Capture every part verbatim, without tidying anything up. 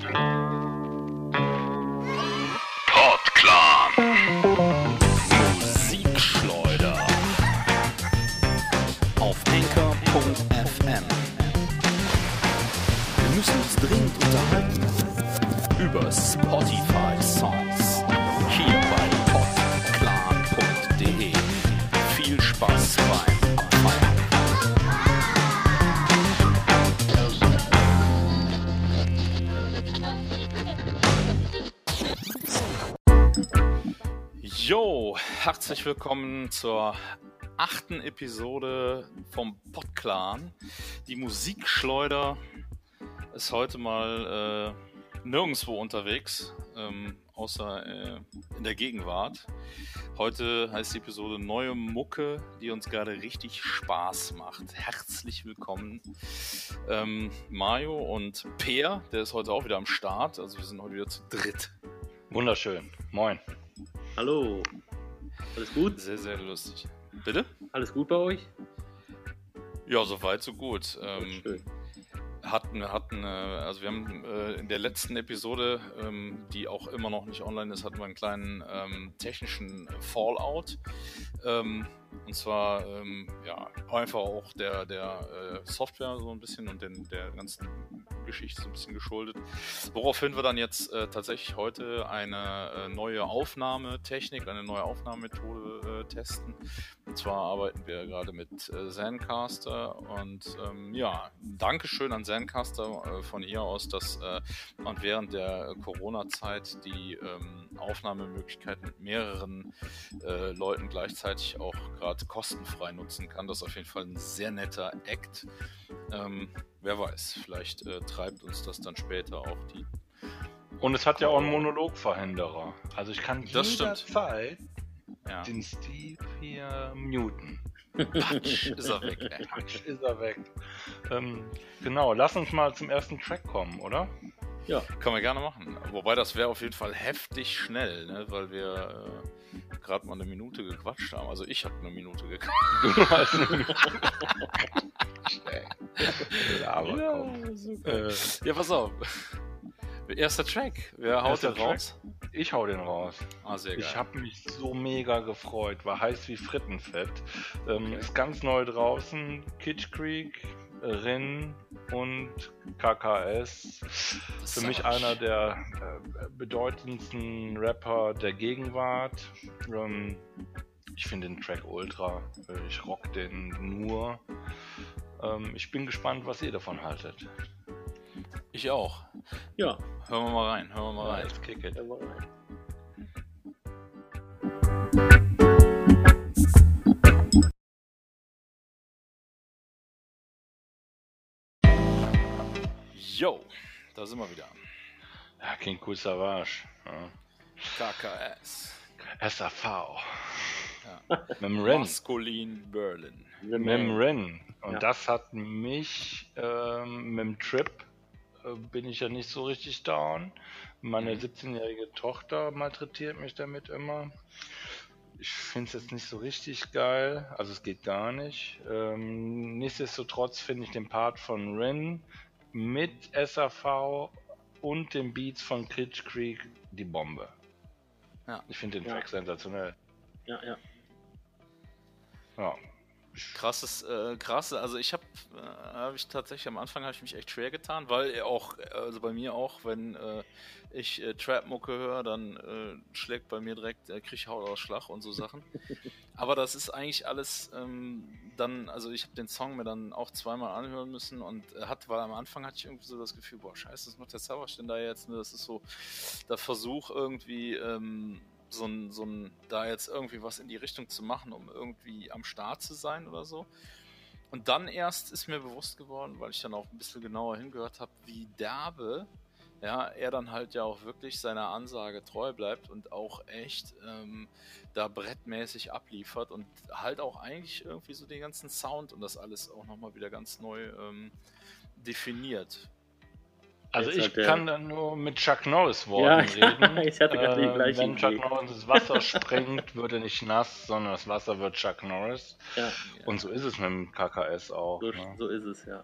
Podclan. Musikschleuder. Auf anchor punkt f m. Wir müssen uns dringend unterhalten. Über Spotify Songs. Hier bei podclan punkt de. Viel Spaß beim Abfeiern. Jo, herzlich willkommen zur achten Episode vom Podclan. Die Musikschleuder ist heute mal äh, nirgendwo unterwegs, ähm, außer äh, in der Gegenwart. Heute heißt die Episode Neue Mucke, die uns gerade richtig Spaß macht. Herzlich willkommen ähm, Mario und Peer, der ist heute auch wieder am Start, also wir sind heute wieder zu dritt. Wunderschön, moin. Hallo, alles gut? Sehr, sehr lustig. Bitte? Alles gut bei euch? Ja, soweit, so gut. Ähm, Schön. hatten, hatten, äh, also wir haben äh, in der letzten Episode, ähm, die auch immer noch nicht online ist, hatten wir einen kleinen ähm, technischen Fallout. Ähm, und zwar ähm, ja, einfach auch der, der äh, Software so ein bisschen und den, der ganzen Geschichte so ein bisschen geschuldet. Woraufhin wir dann jetzt äh, tatsächlich heute eine äh, neue Aufnahmetechnik, eine neue Aufnahmemethode äh, testen. Und zwar arbeiten wir gerade mit äh, Zencastr und ähm, ja, Dankeschön an Zencastr äh, von ihr aus, dass äh, man während der Corona-Zeit die ähm, Aufnahmemöglichkeiten mit mehreren äh, Leuten gleichzeitig auch gerade kostenfrei nutzen kann. Das ist auf jeden Fall ein sehr netter Act. Ähm, wer weiß, vielleicht äh, treibt uns das dann später auch die... Und es hat ja auch einen Monologverhinderer. Also ich kann Das jederzeit Ja. den Steve hier muten. Patsch, ist er weg. Ey. Patsch, ist er weg. Ähm, genau, lass uns mal zum ersten Track kommen, oder? Ja, Können wir gerne machen. Wobei das wäre auf jeden Fall heftig schnell, ne? Weil wir äh, gerade mal eine Minute gequatscht haben. Also ich habe eine Minute gequatscht. Du hast eine Aber ja, komm. super. Äh, Ja, pass auf. Erster Track. Wer haut Erster den raus? ich hau den raus. Ah, sehr geil. Ich habe mich so mega gefreut. War heiß wie Frittenfett. Ähm, Okay. Ist ganz neu draußen. Kitsch Creek, Rin und K K S. Für mich Savage. einer der äh, bedeutendsten Rapper der Gegenwart. Ähm, ich finde den Track ultra. Äh, ich rock den nur. Ähm, ich bin gespannt, was ihr davon haltet. Ich auch. ja. Hören wir mal rein. Hören wir mal rein. Let's kick it. Da war rein. Yo, da sind wir wieder. Ja, King Kool Savage. Ja. K K S. S A V. Ja. Mit dem Ren. Maskulin Berlin. The Mit dem Man. Ren. Und Ja. das hat mich ähm, mit dem Trip äh, bin ich ja nicht so richtig down. Meine Mhm. siebzehnjährige Tochter malträtiert mich damit immer. Ich finde es jetzt nicht so richtig geil, also es geht gar nicht. Ähm, nichtsdestotrotz finde ich den Part von Ren mit S A V und den Beats von Kitsch Creek die Bombe. Ja. Ich finde den Ja. Track sensationell. Ja, ja. Ja. Krasses, äh, krass. Also ich habe, äh, habe ich tatsächlich am Anfang habe ich mich echt schwer getan, weil er auch, also bei mir auch, wenn äh, ich äh, Trap-Mucke höre, dann äh, schlägt bei mir direkt, äh, krieg ich Hautausschlag und so Sachen. Aber das ist eigentlich alles ähm, dann, also ich habe den Song mir dann auch zweimal anhören müssen und äh, hat, weil am Anfang hatte ich irgendwie so das Gefühl, boah scheiße, das macht der Savage denn da jetzt, ne? Das ist so der Versuch irgendwie, ähm, so ein, so ein, da jetzt irgendwie was in die Richtung zu machen, um irgendwie am Start zu sein oder so. Und dann erst ist mir bewusst geworden, weil ich dann auch ein bisschen genauer hingehört habe, wie derbe, ja, er dann halt ja auch wirklich seiner Ansage treu bleibt und auch echt ähm, da brettmäßig abliefert und halt auch eigentlich irgendwie so den ganzen Sound und das alles auch nochmal wieder ganz neu ähm, definiert. Also Jetzt ich hat der- kann dann nur mit Chuck Norris Worten Ja, reden. ich hatte gerade die Äh, gleiche Wenn Chuck Idee. Norris ins Wasser springt, wird er nicht nass, sondern das Wasser wird Chuck Norris. Ja, Und so ist es mit dem K K S auch. so, Ne? so ist es, ja.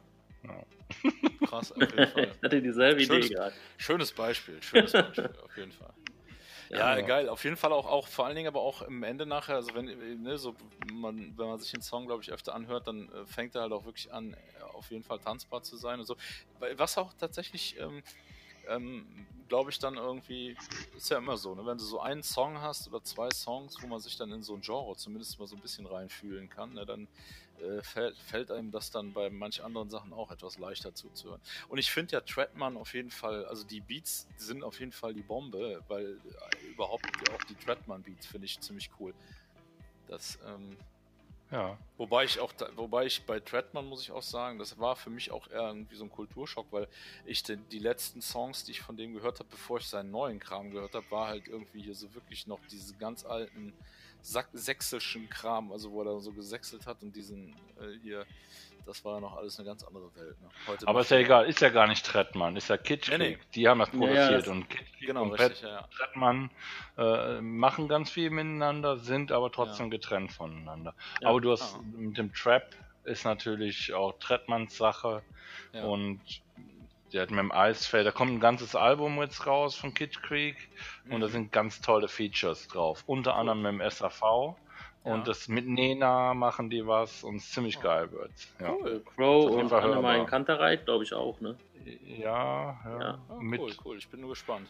Ja. Krass, auf jeden Fall. Ich hatte dieselbe Schönes, Idee gerade. schönes Beispiel, schönes Beispiel, auf jeden Fall. Ja, Ja. geil, auf jeden Fall auch, auch, vor allen Dingen aber auch im Ende nachher, also wenn, ne, so, man, wenn man sich den Song, glaube ich, öfter anhört, dann äh, fängt er halt auch wirklich an, äh, auf jeden Fall tanzbar zu sein und so. Weil- Was auch tatsächlich, ähm, ähm, glaube ich, dann irgendwie, ist ja immer so, ne, wenn du so einen Song hast oder zwei Songs, wo man sich dann in so ein Genre zumindest mal so ein bisschen reinfühlen kann, ne, dann äh, fällt, fällt einem das dann bei manch anderen Sachen auch etwas leichter zuzuhören. Und ich finde ja Treadman auf jeden Fall, also die Beats sind auf jeden Fall die Bombe, weil äh, überhaupt auch die Treadman Beats finde ich ziemlich cool. Das, ähm, Ja. wobei ich auch, da, wobei ich bei Treadman muss ich auch sagen, das war für mich auch eher irgendwie so ein Kulturschock, weil ich den, die letzten Songs, die ich von dem gehört habe, bevor ich seinen neuen Kram gehört habe, war halt irgendwie hier so wirklich noch diese ganz alten Sack sächsischen Kram, also wo er da so gesächselt hat und diesen äh, hier, das war ja noch alles eine ganz andere Welt. Ne? Heute Aber macht ist ja er- egal, ist ja gar nicht Trettmann, ist ja Kitsch. Nee, nee. Die haben das Ja, produziert ja, das- und Kitsch Genau, und richtig, ja, ja. Trettmann äh, machen ganz viel miteinander, sind aber trotzdem Ja. getrennt voneinander. Ja. Aber du hast Ah. mit dem Trap ist natürlich auch Trettmanns Sache Ja. und der hat mit dem Eisfeld, da kommt ein ganzes Album jetzt raus von Kid Creek und da Mhm. sind ganz tolle Features drauf. Unter anderem mit dem S A V und Ja. das mit Nena machen die was und es ziemlich Oh. geil wird's. Ja. Cool. Crow Auf jeden und Fall Annemarie hörbar. Kantereit, glaube ich auch, ne? Ja, ja. Ja. Ah, mit, cool, cool, ich bin nur gespannt.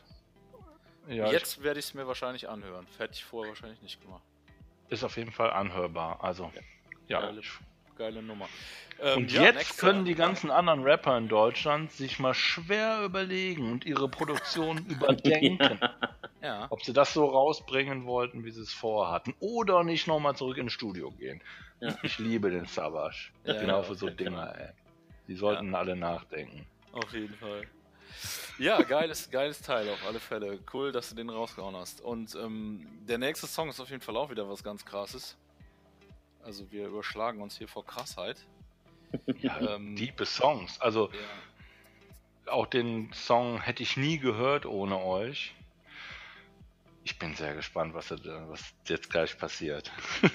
ja, Jetzt werde ich es mir wahrscheinlich anhören. Hätte ich vorher wahrscheinlich nicht gemacht. ist auf jeden Fall anhörbar. Also, ja. Geile, geile Nummer. Ähm, Und ja, jetzt nächster- können die ganzen anderen Rapper in Deutschland sich mal schwer überlegen und ihre Produktion überdenken, Ja, ob sie das so rausbringen wollten, wie sie es vorhatten, oder nicht nochmal zurück ins Studio gehen. Ja. Ich liebe den Savage. Ja, genau ja, für so okay, Dinger, ey. Die sollten alle nachdenken. auf jeden Fall. Ja, geiles, geiles Teil auf alle Fälle. Cool, dass du den rausgehauen hast. Und ähm, der nächste Song ist auf jeden Fall auch wieder was ganz Krasses. Also wir überschlagen uns hier vor Krassheit. Ja, Ähm, Diepe Songs. Also Ja. auch den Song hätte ich nie gehört ohne euch. Ich bin sehr gespannt, was, was jetzt gleich passiert.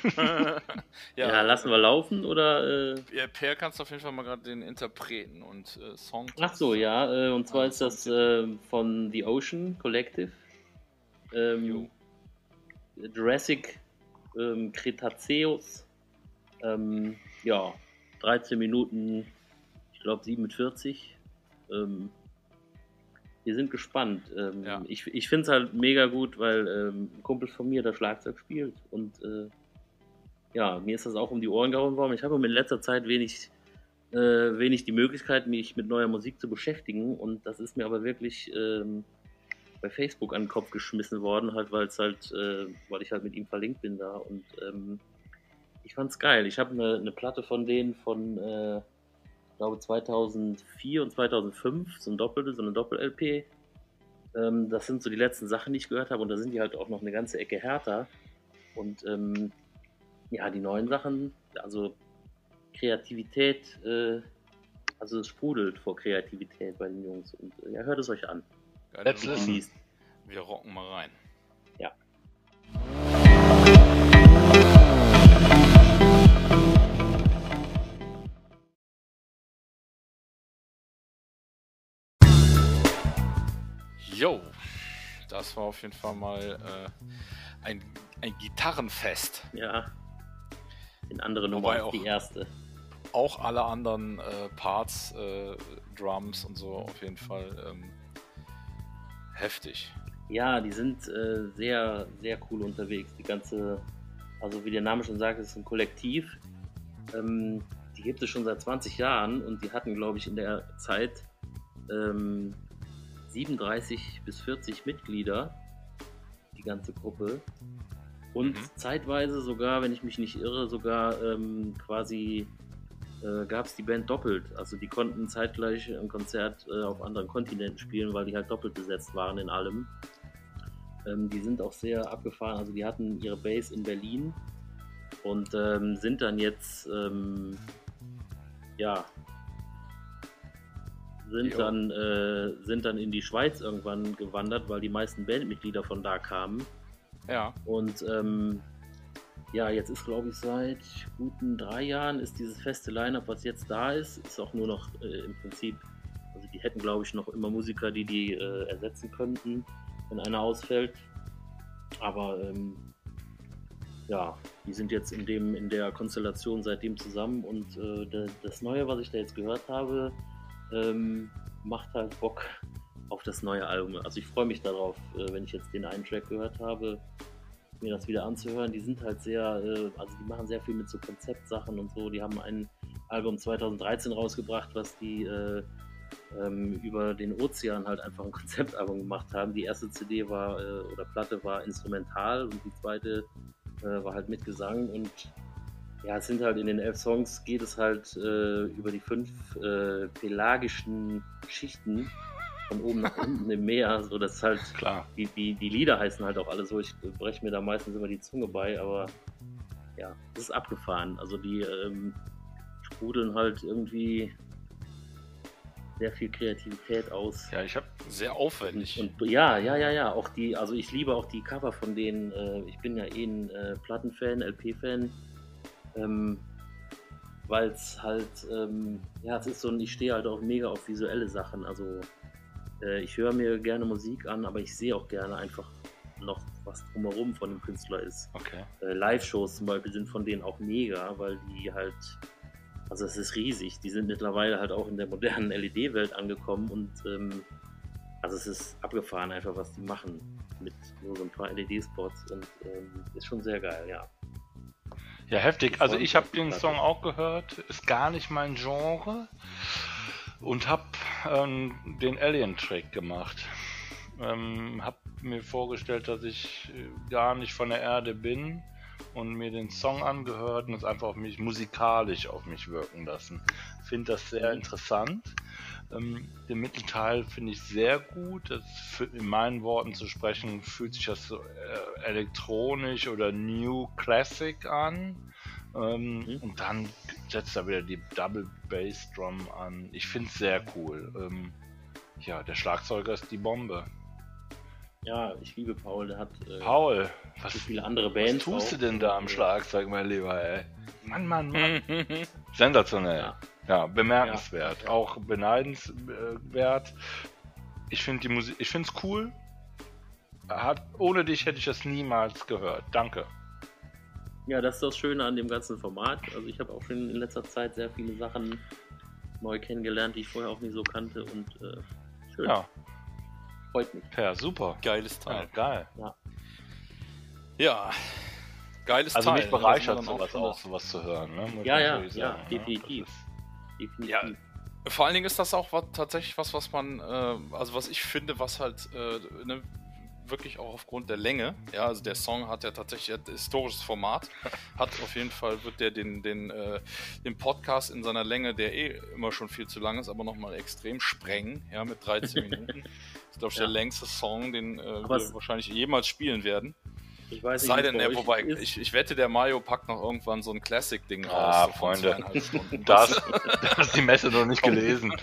Ja, lassen wir laufen oder. Äh... Ja, Per, kannst du auf jeden Fall mal gerade den Interpreten und äh, Song. Ach so, ja, äh, und zwar Ah, ist das äh, von The Ocean Collective. Ähm, Jurassic ähm, Cretaceous. Ähm, ja, dreizehn Minuten, ich glaube siebenundvierzig. Ähm, wir sind gespannt. Ähm, Ja. Ich, ich finde es halt mega gut, weil ähm, ein Kumpel von mir der Schlagzeug spielt. Und äh, ja, mir ist das auch um die Ohren gehauen worden. Ich habe in letzter Zeit wenig, äh, wenig die Möglichkeit, mich mit neuer Musik zu beschäftigen. Und das ist mir aber wirklich ähm, bei Facebook an den Kopf geschmissen worden, halt, weil es halt, äh, weil ich halt mit ihm verlinkt bin da. Und ähm, ich fand's geil. Ich habe eine, eine Platte von denen von, äh, ich glaube zweitausendvier und zweitausendfünf, so ein Doppel, so eine Doppel-L P. Ähm, das sind so die letzten Sachen, die ich gehört habe, und da sind die halt auch noch eine ganze Ecke härter. Und ähm, ja, die neuen Sachen, also Kreativität, äh, also es sprudelt vor Kreativität bei den Jungs. Und äh, ja, hört es euch an. Geile Let's Nummer. listen. Genießt. Wir rocken mal rein. Ja. Jo, das war auf jeden Fall mal äh, ein, ein Gitarrenfest. Ja. In andere Wobei Nummer als auch- die erste. Auch alle anderen äh, Parts, äh, Drums und so auf jeden Fall ähm, heftig. Ja, die sind äh, sehr, sehr cool unterwegs. Die ganze, also wie der Name schon sagt, es ist ein Kollektiv. Ähm, die gibt es schon seit zwanzig Jahren und die hatten, glaube ich, in der Zeit ähm, siebenunddreißig bis vierzig Mitglieder, die ganze Gruppe. Und Mhm. zeitweise sogar, wenn ich mich nicht irre, sogar ähm, quasi äh, gab es die Band doppelt. Also die konnten zeitgleich ein Konzert äh, auf anderen Kontinenten spielen, weil die halt doppelt besetzt waren in allem. Ähm, die sind auch sehr abgefahren. Also die hatten ihre Base in Berlin und ähm, sind dann jetzt ähm, ja sind Jo. dann äh, sind dann in die Schweiz irgendwann gewandert, weil die meisten Bandmitglieder von da kamen. Ja, Und ähm, ja, jetzt ist, glaube ich, seit guten drei Jahren ist dieses feste Line-Up, was jetzt da ist, ist auch nur noch äh, im Prinzip, also die hätten, glaube ich, noch immer Musiker, die die äh, ersetzen könnten, wenn einer ausfällt. Aber ähm, ja, die sind jetzt in dem in der Konstellation seitdem zusammen und äh, de, das Neue, was ich da jetzt gehört habe, ähm, macht halt Bock auf das neue Album. Also ich freue mich darauf, äh, wenn ich jetzt den einen Track gehört habe, mir das wieder anzuhören. Die sind halt sehr, äh, also die machen sehr viel mit so Konzeptsachen und so. Die haben ein Album zweitausenddreizehn rausgebracht, was die äh, ähm, über den Ozean halt einfach ein Konzeptalbum gemacht haben. Die erste C D war, äh, oder Platte war instrumental und die zweite äh, war halt mit Gesang und ja, es sind halt in den elf Songs geht es halt äh, über die fünf äh, pelagischen Schichten von oben nach unten im Meer, so das ist halt, Klar. Die, die, die Lieder heißen halt auch alle so, ich breche mir da meistens immer die Zunge bei, aber ja, das ist abgefahren. Also die ähm, sprudeln halt irgendwie sehr viel Kreativität aus. Ja, ich habe Sehr aufwendig. Und, und ja, ja, ja, ja, auch die, also ich liebe auch die Cover von denen, äh, ich bin ja eh ein äh, Plattenfan, L P-Fan, ähm, weil es halt, ähm, ja, es ist so ein, ich stehe halt auch mega auf visuelle Sachen, also äh, ich höre mir gerne Musik an, aber ich sehe auch gerne einfach noch, was drumherum von dem Künstler ist. Okay. Äh, Live-Shows zum Beispiel sind von denen auch mega, weil die halt, also es ist riesig, die sind mittlerweile halt auch in der modernen L E D-Welt angekommen und ähm, also es ist abgefahren einfach, was die machen mit nur so ein paar L E D-Spots und ähm, ist schon sehr geil, ja. Ja, heftig. Also ich habe den Platte. Song auch gehört, ist gar nicht mein Genre und habe ähm, den Alien-Track gemacht. Ähm, habe mir vorgestellt, dass ich äh, gar nicht von der Erde bin und mir den Song angehört und es einfach auf mich musikalisch auf mich wirken lassen. Finde das sehr interessant. Ähm, den Mittelteil finde ich sehr gut. Das für, in meinen Worten zu sprechen, fühlt sich das so äh, elektronisch oder New Classic an. Ähm, Mhm. Und dann setzt er wieder die Double Bass Drum an. Ich finde es sehr cool. Ähm, ja, der Schlagzeuger ist die Bombe. Ja, ich liebe Paul, der hat äh, Paul, was, so viele andere was Bands. tust auch. du denn da am Und, äh, Schlagzeug, mein Lieber, ey? Mann, Mann, Mann. Sensationell. Ja. Ja, bemerkenswert. Ja, ja. Auch beneidenswert. Ich finde die Musik, ich finde es cool. Hat, ohne dich hätte ich das niemals gehört. Danke. Ja, das ist das Schöne an dem ganzen Format. Also ich habe auch schon in letzter Zeit sehr viele Sachen neu kennengelernt, die ich vorher auch nie so kannte und äh, schön. Ja, Freut mich. Per, super. Geiles Ja, Teil. geil. Ja, geiles Also Teil. mich bereichert Da sind wir dann sowas schon auch, sowas zu hören. Ne? Muss Ja, ich ja, natürlich ja, sagen, ne? definitiv. Das ist- Definitiv. Ja. Vor allen Dingen ist das auch was, tatsächlich was, was man, äh, also was ich finde, was halt äh, ne, wirklich auch aufgrund der Länge, ja, also der Song hat ja tatsächlich ein historisches Format, hat auf jeden Fall, wird der den, den, äh, den Podcast in seiner Länge, der eh immer schon viel zu lang ist, aber nochmal extrem sprengen, ja, mit dreizehn Minuten. Das ist, glaube ich, Ja. der längste Song, den äh, Aber wir es- wahrscheinlich jemals spielen werden. Ich weiß nicht, Sei wie es denn, bei ja, euch wobei, ist. ich, ich wette, der Mario packt noch irgendwann so ein Classic-Ding raus. Ah, so von Freunde. zweieinhalb Stunden. Das, das ist die Messe noch nicht gelesen.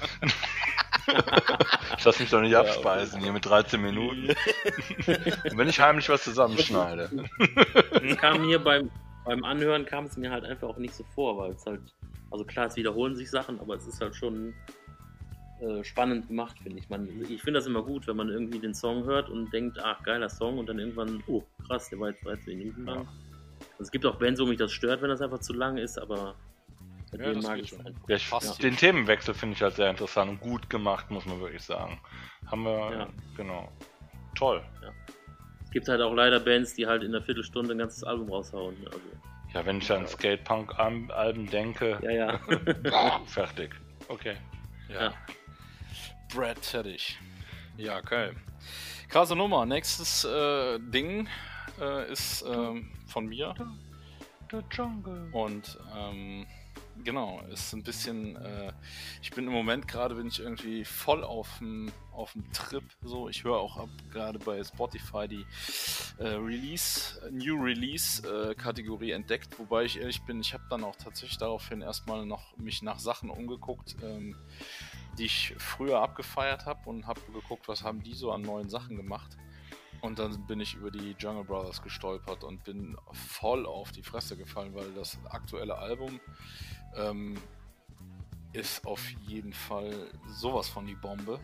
Ich lass mich doch nicht Ja, abspeisen hier mit dreizehn Minuten. Und wenn ich heimlich was zusammenschneide. Es kam hier beim, beim Anhören kam es mir halt einfach auch nicht so vor, weil es halt, also klar, es wiederholen sich Sachen, aber es ist halt schon äh, spannend gemacht, finde ich. Man, ich finde das immer gut, wenn man irgendwie den Song hört und denkt, ach, geiler Song und dann irgendwann, oh, krass, der war jetzt dreizehn Minuten lang. Ja. Also es gibt auch Bands, wo mich das stört, wenn das einfach zu lang ist, aber bei Ja, dem das mag geht ich es schon. einfach. Ja, ich, Passt. den Themenwechsel finde ich halt sehr interessant und gut gemacht, muss man wirklich sagen. Haben wir, Ja. genau. Toll. Es gibt halt auch leider Bands, die halt in einer Viertelstunde ein ganzes Album raushauen. Also, Ja, wenn ich an Skatepunk-Alben denke, ja, ja. fertig. Okay. Ja. Ja. Brad fertig. Ja, geil. Krasse Nummer. Nächstes äh, Ding äh, ist ähm, von mir. The Jungle. Und ähm, genau, ist ein bisschen, äh, ich bin im Moment gerade, bin ich irgendwie voll auf dem auf dem Trip, so, ich höre auch ab gerade bei Spotify die äh, Release, New Release äh, Kategorie entdeckt, wobei ich ehrlich bin, ich habe dann auch tatsächlich daraufhin erstmal noch mich nach Sachen umgeguckt, ähm, die ich früher abgefeiert habe und habe geguckt, was haben die so an neuen Sachen gemacht. Und dann bin ich über die Jungle Brothers gestolpert und bin voll auf die Fresse gefallen, weil das aktuelle Album ähm, ist auf jeden Fall sowas von die Bombe.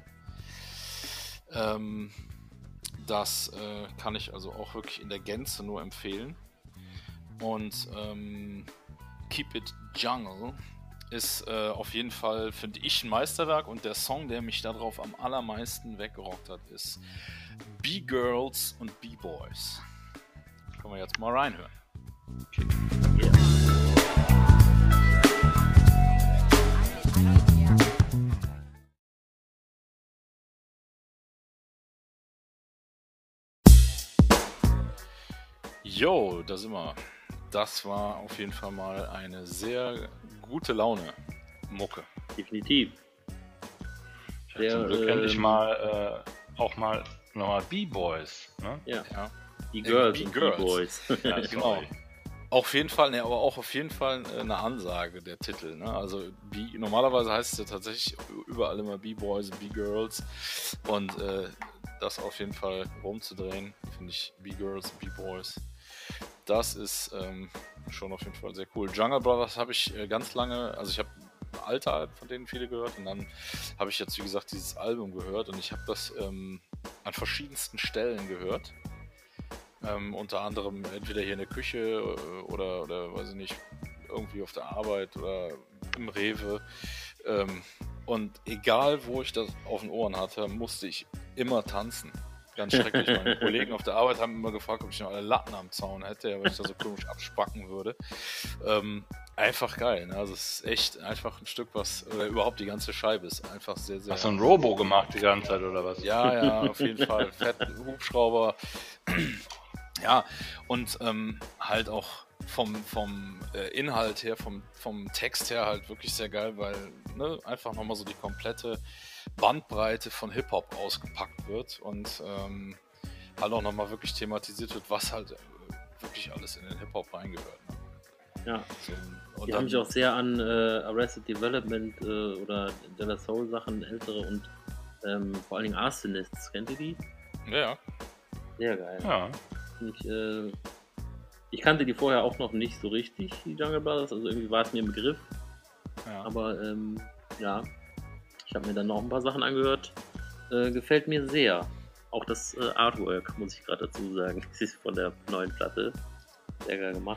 Ähm, das äh, kann ich also auch wirklich in der Gänze nur empfehlen. Und ähm, Keep It Jungle ist äh, auf jeden Fall, finde ich, ein Meisterwerk, und der Song, der mich darauf am allermeisten weggerockt hat, ist B-Girls und B-Boys. Können wir jetzt mal reinhören. Okay. Yeah. Jo, da sind wir. Das war auf jeden Fall mal eine sehr gute Laune Mucke. Definitiv. Ja, zum Glück endlich mal äh, auch mal nochmal B-Boys. Ne? Ja. Ja. Die Girls Äh, und B-Girls. B-Boys. Ja, Genau. Auf jeden Fall, ne, aber auch auf jeden Fall eine Ansage, der Titel. Ne? Also B, normalerweise heißt es ja tatsächlich überall immer B-Boys und B-Girls. Und äh, das auf jeden Fall rumzudrehen, finde ich B-Girls und B-Boys. Das ist ähm, schon auf jeden Fall sehr cool. Jungle Brothers habe ich äh, ganz lange, also ich habe Alter von denen viele gehört, und dann habe ich jetzt, wie gesagt, dieses Album gehört, und ich habe das ähm, an verschiedensten Stellen gehört. Ähm, unter anderem entweder hier in der Küche oder, oder weiß ich nicht, irgendwie auf der Arbeit oder im Rewe. Ähm, und egal, wo ich das auf den Ohren hatte, musste ich immer tanzen. Ganz schrecklich. Meine Kollegen auf der Arbeit haben immer gefragt, ob ich noch alle Latten am Zaun hätte, weil ich da so komisch abspacken würde. Ähm, einfach geil, ne? Also es ist echt einfach ein Stück, was, oder überhaupt die ganze Scheibe ist einfach sehr, sehr... Hast du ein Robo gemacht die ganze Zeit, oder was? Ja, ja, auf jeden Fall. Fett, Hubschrauber. Ja, und ähm, halt auch vom, vom äh, Inhalt her, vom, vom Text her halt wirklich sehr geil, weil ne, einfach nochmal so die komplette Bandbreite von Hip-Hop ausgepackt wird und ähm, halt auch nochmal wirklich thematisiert wird, was halt äh, wirklich alles in den Hip-Hop reingehört. Ne? Ja, So, und die dann, haben mich auch sehr an äh, Arrested Development äh, oder De La Soul Sachen, ältere, und ähm, vor allen Dingen Arsonists, kennt ihr die? Ja, ja. Sehr geil. Ja. Ich, äh, ich kannte die vorher auch noch nicht so richtig, die Jungle Brothers, also irgendwie war es mir im Begriff. ja. Aber ähm, ja, ich habe mir dann noch ein paar Sachen angehört. Äh, gefällt mir sehr. Auch das äh, Artwork, muss ich gerade dazu sagen. Das ist von der neuen Platte. Sehr geil gemacht.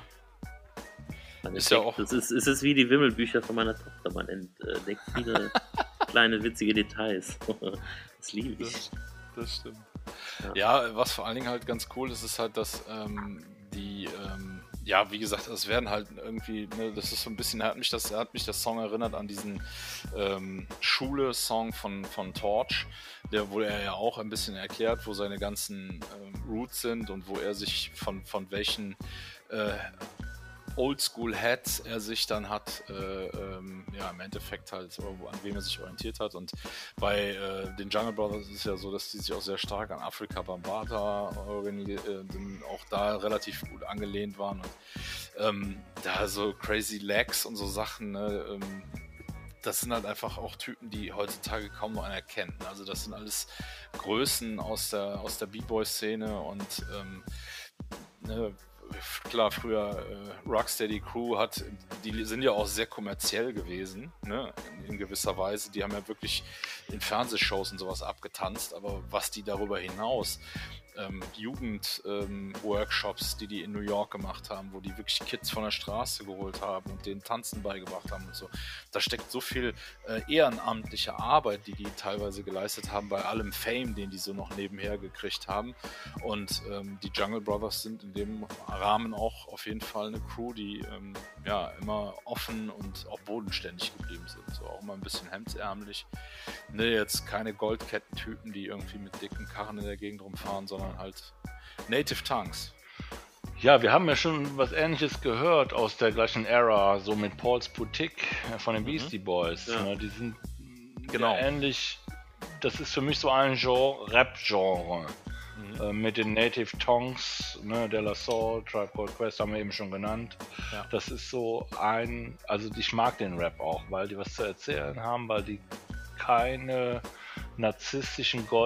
Man Ist ja entdeckt- auch- Das ist, es ist wie die Wimmelbücher von meiner Tochter. Man entdeckt viele kleine witzige Details. Das liebe ich. Das, das stimmt. Ja. Ja, was vor allen Dingen halt ganz cool ist, ist halt, dass ähm, die, ähm, ja, wie gesagt, es werden halt irgendwie, ne, das ist so ein bisschen, hat mich das, hat mich das Song erinnert an diesen ähm, Schule-Song von, von Torch, der, wo er ja auch ein bisschen erklärt, wo seine ganzen ähm, Roots sind und wo er sich von, von welchen äh, Oldschool-Hats er sich dann hat, äh, ähm, ja, im Endeffekt halt, an wem er sich orientiert hat. Und bei äh, den Jungle Brothers ist es ja so, dass die sich auch sehr stark an Afrika Bambaataa äh, auch da relativ gut angelehnt waren. Und ähm, da so Crazy Legs und so Sachen, ne, ähm, das sind halt einfach auch Typen, die heutzutage kaum noch einer kennt. Also das sind alles Größen aus der, aus der B-Boy-Szene und ähm, ne, klar, früher äh, Rocksteady Crew hat, die sind ja auch sehr kommerziell gewesen, ne, in, in gewisser Weise. Die haben ja wirklich in Fernsehshows und sowas abgetanzt, aber was die darüber hinaus ähm, Jugend-Workshops, ähm, die die in New York gemacht haben, wo die wirklich Kids von der Straße geholt haben und denen Tanzen beigebracht haben und so. Da steckt so viel äh, ehrenamtliche Arbeit, die die teilweise geleistet haben, bei allem Fame, den die so noch nebenher gekriegt haben. Und ähm, die Jungle Brothers sind in dem Rahmen auch auf jeden Fall eine Crew, die ähm, ja immer offen und auch bodenständig geblieben sind. So auch mal ein bisschen hemdsärmlich. Ne, jetzt keine Goldkettentypen, die irgendwie mit dicken Karren in der Gegend rumfahren, sondern halt Native Tongues. Ja, wir haben ja schon was Ähnliches gehört aus der gleichen Ära, so mit Paul's Boutique von den Beastie Boys. Ja. Ne, die sind Genau. ja ähnlich. Das ist für mich so ein Genre, Rap-Genre. Mhm. Äh, mit den Native Tongues, ne, De La Soul, Tribe Called Quest haben wir eben schon genannt. Ja. Das ist so ein, also ich mag den Rap auch, weil die was zu erzählen haben, weil die keine narzisstischen Gold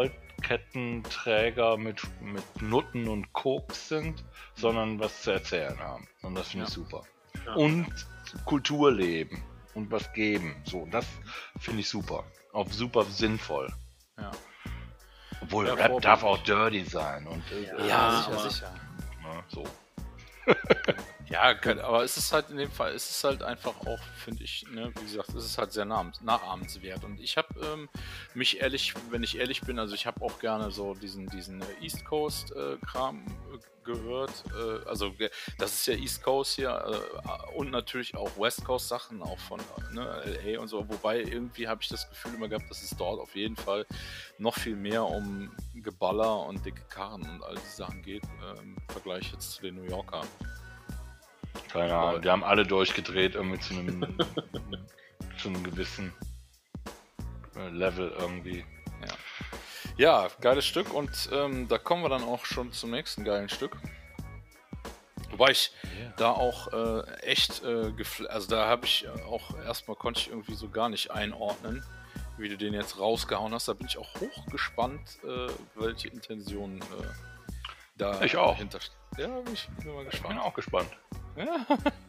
Kettenträger mit, mit Nutten und Koks sind, sondern was zu erzählen haben. Und das finde Ja. ich super. Ja. Und Kultur leben und was geben. So, das finde ich super. Auch super sinnvoll. Ja, Obwohl Ja, Rap Vorbild. darf auch dirty sein. Und, äh, Ja, sicher, aber- sicher. ne, so. Ja, kann, aber es ist halt in dem Fall, es ist halt einfach auch, finde ich, ne, wie gesagt, es ist halt sehr nah, nachahmenswert. Und ich habe ähm, mich ehrlich, wenn ich ehrlich bin, also ich habe auch gerne so diesen, diesen äh, East Coast äh, Kram äh, gehört. Äh, also ge- das ist ja East Coast hier äh, und natürlich auch West Coast Sachen, auch von äh, ne, L A und so. Wobei irgendwie habe ich das Gefühl immer gehabt, dass es dort auf jeden Fall noch viel mehr um Geballer und dicke Karren und all diese Sachen geht, äh, im Vergleich jetzt zu den New Yorker. Keine Ahnung, die haben alle durchgedreht irgendwie zu einem, zu einem gewissen äh, Level irgendwie. Ja, geiles Stück und ähm, da kommen wir dann auch schon zum nächsten geilen Stück. Wobei ich Yeah. da auch äh, echt, äh, gefl- also da habe ich auch erstmal, konnte ich irgendwie so gar nicht einordnen, wie du den jetzt rausgehauen hast. Da bin ich auch hochgespannt, äh, welche Intentionen äh, da Ich auch. dahinter stehen. Ja, bin ich bin mal Ich bin gespannt. auch gespannt. Ja,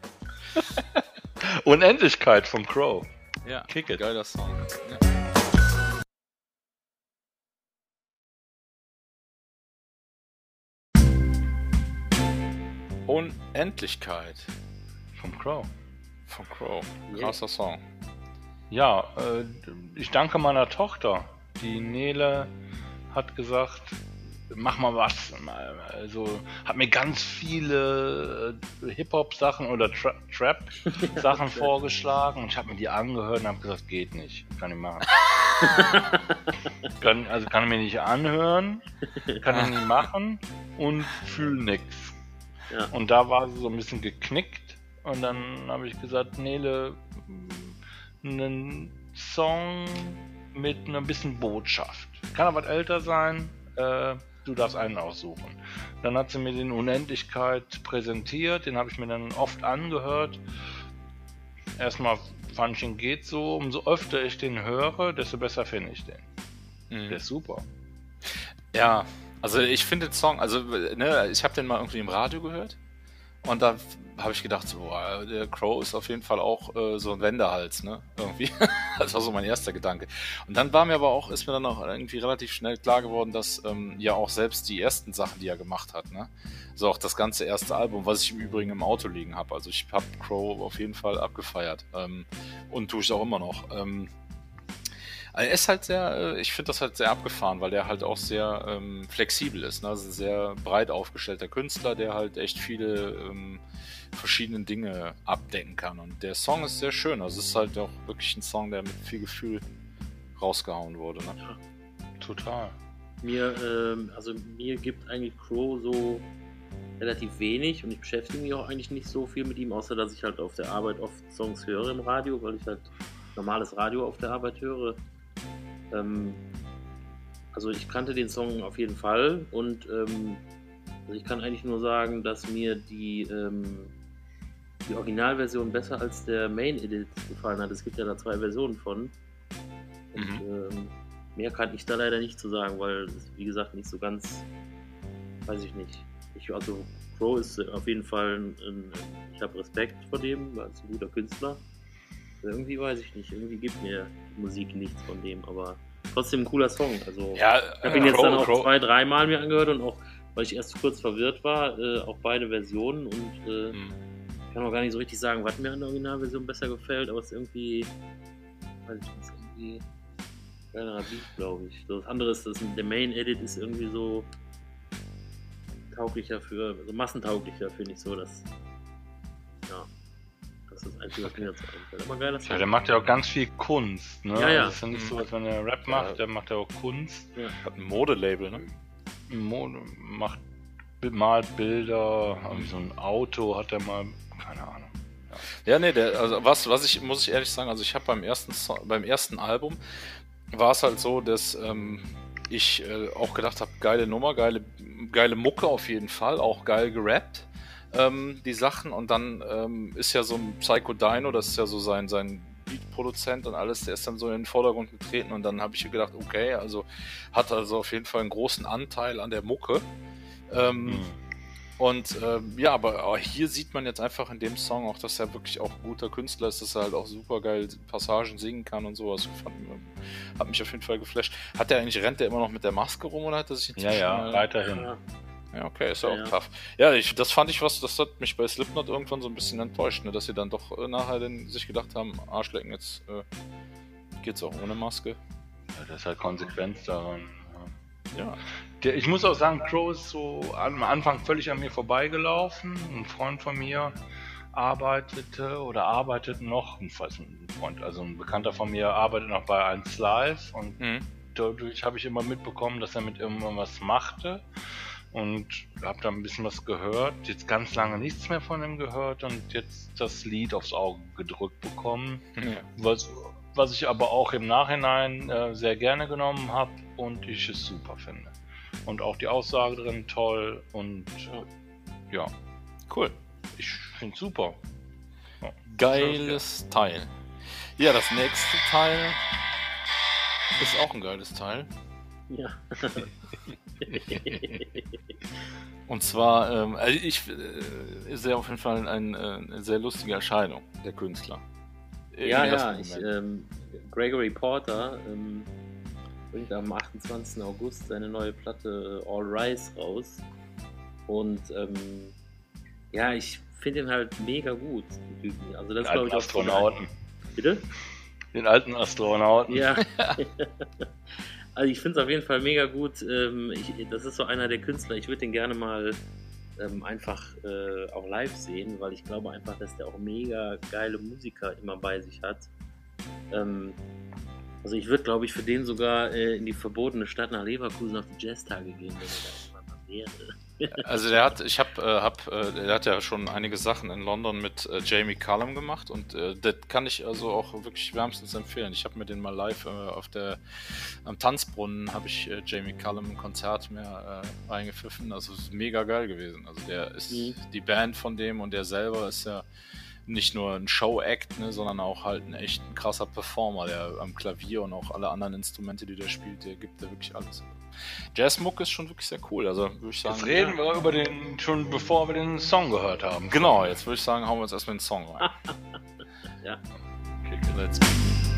Unendlichkeit von Crow. ja, Kick it. geiler Song. Ja. Unendlichkeit Von Crow. von Crow. Yeah. Krasser Song. Ja, äh, ich danke meiner Tochter. Die Nele hat gesagt, mach mal was. Also hat mir ganz viele äh, Hip-Hop-Sachen oder Tra Trap-Sachen vorgeschlagen und ich habe mir die angehört und habe gesagt, geht nicht. Kann ich machen. kann, also kann ich mir nicht anhören, kann ich nicht machen und fühl nix. Ja. Und da war sie so ein bisschen geknickt und dann habe ich gesagt, Nele, einen Song mit einer bisschen Botschaft. Kann aber älter sein, äh, du darfst einen aussuchen. Dann hat sie mir den Unendlichkeit präsentiert, den habe ich mir dann oft angehört. Erstmal fand ich ihn geht so, umso öfter ich den höre, desto besser finde ich den. Mhm. Der ist super. Ja, also ich finde den Song, also ne, ich habe den mal irgendwie im Radio gehört und da habe ich gedacht, so, boah, der Crow ist auf jeden Fall auch äh, so ein Wendehals, ne, irgendwie. Das war so mein erster Gedanke. Und dann war mir aber auch, ist mir dann auch irgendwie relativ schnell klar geworden, dass ähm, ja auch selbst die ersten Sachen, die er gemacht hat, ne, so auch das ganze erste Album, was ich im Übrigen im Auto liegen habe, also ich habe Crow auf jeden Fall abgefeiert ähm, und tue ich auch immer noch. Ähm, Er ist halt sehr, ich finde das halt sehr abgefahren, weil der halt auch sehr ähm, flexibel ist. Ne? Also ein sehr breit aufgestellter Künstler, der halt echt viele ähm, verschiedene Dinge abdecken kann. Und der Song ist sehr schön. Also es ist halt auch wirklich ein Song, der mit viel Gefühl rausgehauen wurde. Ne? Total. Mir, ähm, also mir gibt eigentlich Crow so relativ wenig und ich beschäftige mich auch eigentlich nicht so viel mit ihm, außer dass ich halt auf der Arbeit oft Songs höre im Radio, weil ich halt normales Radio auf der Arbeit höre. Ähm, also ich kannte den Song auf jeden Fall und ähm, also ich kann eigentlich nur sagen, dass mir die, ähm, die Originalversion besser als der Main Edit gefallen hat. Es gibt ja da zwei Versionen von. Und Mhm. ähm, mehr kann ich da leider nicht zu sagen, weil es wie gesagt nicht so ganz, weiß ich nicht. Ich, also Crow ist auf jeden Fall ein, ein ich habe Respekt vor dem, weil es ein guter Künstler. Irgendwie weiß ich nicht, irgendwie gibt mir die Musik nichts von dem, aber trotzdem ein cooler Song. Also Ja, ich habe ihn jetzt Crow- dann auch Crow- zwei, dreimal mir angehört und auch, weil ich erst kurz verwirrt war, äh, auch beide Versionen und äh, Mhm. ich kann auch gar nicht so richtig sagen, was mir an der Originalversion besser gefällt, aber es ist irgendwie, weiß ich nicht, ist irgendwie geilerer Beat, glaube ich. So, das andere ist, das, der Main Edit ist irgendwie so tauglicher für, also massentauglicher, finde ich so, dass, ja, das ist das Einzige, was mir dazu einfällt. Aber geiler Ja, Song. der macht ja auch ganz viel Kunst, ne? Ja, ja. Also es ist ja nicht so, als wenn er Rap macht, der macht ja auch Kunst. Hat ein Modelabel, ne? Mode, macht, malt Bilder, irgendwie so ein Auto hat er mal, keine Ahnung. Ja, nee, der, also was, was ich, muss ich ehrlich sagen, also ich habe beim ersten Song, beim ersten Album war es halt so, dass ähm, ich äh, auch gedacht habe, geile Nummer, geile, geile Mucke auf jeden Fall, auch geil gerappt, ähm, die Sachen und dann ähm, ist ja so ein Psycho Dino, das ist ja so sein, sein Beat-Produzent und alles, der ist dann so in den Vordergrund getreten und dann habe ich gedacht, okay, also hat also auf jeden Fall einen großen Anteil an der Mucke. Ähm, mhm. Und ähm, ja, aber, aber hier sieht man jetzt einfach in dem Song auch, dass er wirklich auch ein guter Künstler ist, dass er halt auch super geil Passagen singen kann und sowas. Fand, hat mich auf jeden Fall geflasht. Hat der eigentlich, rennt der immer noch mit der Maske rum oder hat er sich jetzt Ja, ja, weiterhin. Ja. Ja, okay, ist ja, ja auch ja. tough. Ja, ich, das fand ich was, das hat mich bei Slipknot irgendwann so ein bisschen enttäuscht, ne, dass sie dann doch äh, nachher den, sich gedacht haben, Arschlecken, jetzt äh, geht's auch ohne Maske. Ja, das ist halt Konsequenz daran. Ja. Der, ich muss auch sagen, Crow ist so am Anfang völlig an mir vorbeigelaufen. Ein Freund von mir arbeitete oder arbeitet noch, ein Freund, also ein Bekannter von mir arbeitet noch bei eins Live und mhm. dadurch habe ich immer mitbekommen, dass er mit irgendwas machte und habe da ein bisschen was gehört. Jetzt ganz lange nichts mehr von ihm gehört und jetzt das Lied aufs Auge gedrückt bekommen, ja. was, was ich aber auch im Nachhinein äh, sehr gerne genommen habe und ich es super finde. Und auch die Aussage drin toll und äh, ja, cool. Ich finde super. Ja. Geiles Teil. Ja, das nächste Teil ist auch ein geiles Teil. Ja. Und zwar, ähm, also ich äh, ist ja auf jeden Fall ein, äh, eine sehr lustige Erscheinung, der Künstler. Ja, ja, ich, ähm, Gregory Porter ähm, bringt am achtundzwanzigsten August seine neue Platte All Rise raus. Und ähm, ja, ich finde ihn halt mega gut, den Typen. Also das den alten ich, Astronauten. Bitte? Den alten Astronauten. Ja. Also ich finde es auf jeden Fall mega gut. Ähm, ich, das ist so einer der Künstler, ich würde den gerne mal ähm, einfach äh, auch live sehen, weil ich glaube einfach, dass der auch mega geile Musiker immer bei sich hat. Ähm, also ich würde, glaube ich, für den sogar äh, in die verbotene Stadt nach Leverkusen auf die Jazztage gehen, wenn er da irgendwann mal wäre. Also der hat, ich habe, äh, hab, äh, der hat ja schon einige Sachen in London mit äh, Jamie Cullum gemacht und äh, das kann ich also auch wirklich wärmstens empfehlen. Ich habe mir den mal live äh, auf der, am Tanzbrunnen habe ich äh, Jamie Cullum ein Konzert mehr äh, reingepfiffen. Also es ist mega geil gewesen. Also der ist mhm. die Band von dem und der selber ist ja nicht nur ein Show-Act, ne, sondern auch halt ein echt ein krasser Performer, der am Klavier und auch alle anderen Instrumente, die der spielt, der gibt da wirklich alles. Jazzmuck ist schon wirklich sehr cool, also würde ich sagen. Jetzt reden ja. wir über den, schon bevor wir den Song gehört haben. Genau, jetzt würde ich sagen, hauen wir uns erstmal den Song rein. Ja. Okay, let's go.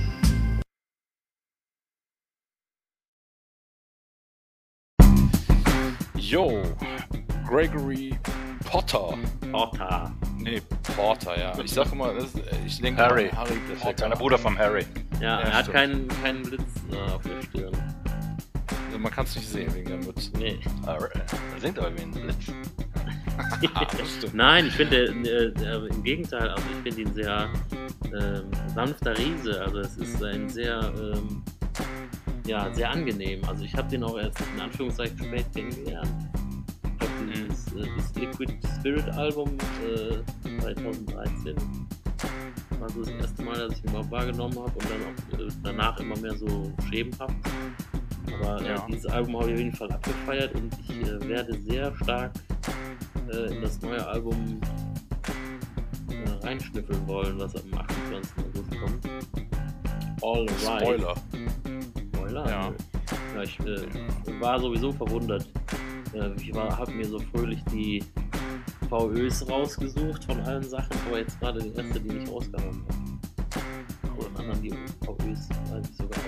Yo, Gregory Porter. Porter. Nee, Porter, ja. Ich sag immer, das, ich denke Harry. Mal, Harry das ist der kleine Bruder von Harry. Ja, er ja, hat keinen, keinen Blitz äh, auf der Stirn. Also man kann es nicht sehen wegen der Mütze. Nee. Er singt aber wie ein Blitz. Ah, Nein, ich finde, äh, äh, im Gegenteil, also ich finde ihn sehr ähm, sanfter Riese. Also es ist ein sehr, ähm, ja, sehr angenehm. Also ich habe den auch erst in Anführungszeichen spät kennengelernt. Ich habe dieses äh, das Liquid Spirit Album äh, zweitausenddreizehn war so das erste Mal, dass ich ihn mal wahrgenommen habe und dann auch äh, danach immer mehr so schemenhaft. Aber äh, ja. dieses Album habe ich auf jeden Fall abgefeiert und ich äh, werde sehr stark äh, in das neue Album äh, reinschnüffeln wollen, was am achtundzwanzigsten August kommt. All Right. Spoiler. Spoiler? Ja. Ja, ich äh, war sowieso verwundert. Äh, ich habe mir so fröhlich die V Ös rausgesucht von allen Sachen, aber jetzt gerade die erste, die ich rausgehauen habe. Oder anderen, die V Ös, weiß ich sogar